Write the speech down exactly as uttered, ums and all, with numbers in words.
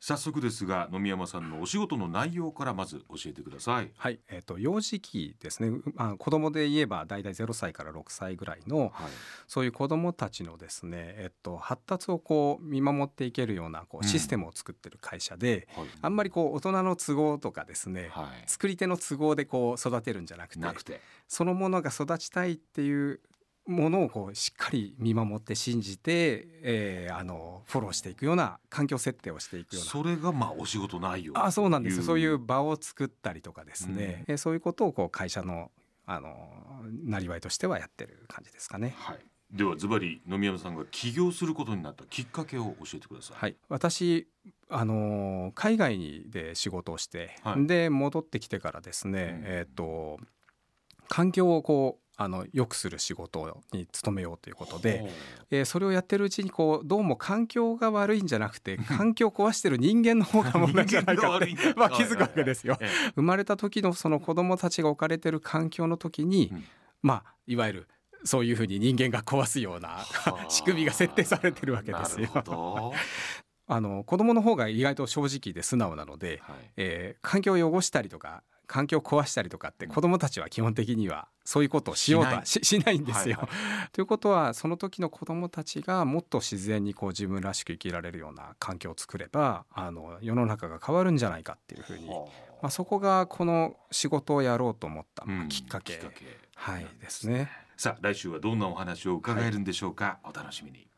早速ですが野見山さんのお仕事の内容からまず教えてください。 はい、えー、と幼児期ですね、まあ、子供で言えばだいたいゼロさいからろくさいぐらいの、 はい、 そういう子どもたちのですね、えっと、発達をこう見守っていけるようなこうシステムを作ってる会社で、 うんはい、 あんまりこう大人の都合とかですね、 はい、 作り手の都合でこう育てるんじゃなくて、 なくてそのものが育ちたいっていうものをこうしっかり見守って信じて、えー、あのフォローしていくような環境設定をしていくような、 それがまあお仕事内容。 あ、そうなんですよ。そういう場を作ったりとかですね、うん、そういうことをこう会社のあのなりわいとしてはやってる感じですかね。 はい、ではズバリ野見山さんが起業することになったきっかけを教えてください。 はい、私あの海外で仕事をして、 はい、 で戻ってきてからですね、うん、えーと環境をこうあの良くする仕事に努めようということで、えー、それをやってるうちにこうどうも環境が悪いんじゃなくて環境を壊してる人間の方が問題じゃないかってまあ気づくわけですよ。生まれた時のその子どもたちが置かれてる環境の時に、うん、まあいわゆるそういうふうに人間が壊すような仕組みが設定されてるわけですよ。 なるほど。 あの子どもの方が意外と正直で素直なので、はい、えー、環境を汚したりとか環境を壊したりとかって子どもたちは基本的にはそういうことをしようとは し, し, しないんですよ、はいはい、ということはその時の子どもたちがもっと自然にこう自分らしく生きられるような環境を作ればあの世の中が変わるんじゃないかっていうふうに、まあ、そこがこの仕事をやろうと思った、まあ、きっかけ、うん、きっかけ、はい、ですね。 さあ来週はどんなお話を伺えるんでしょうか、はい、お楽しみに。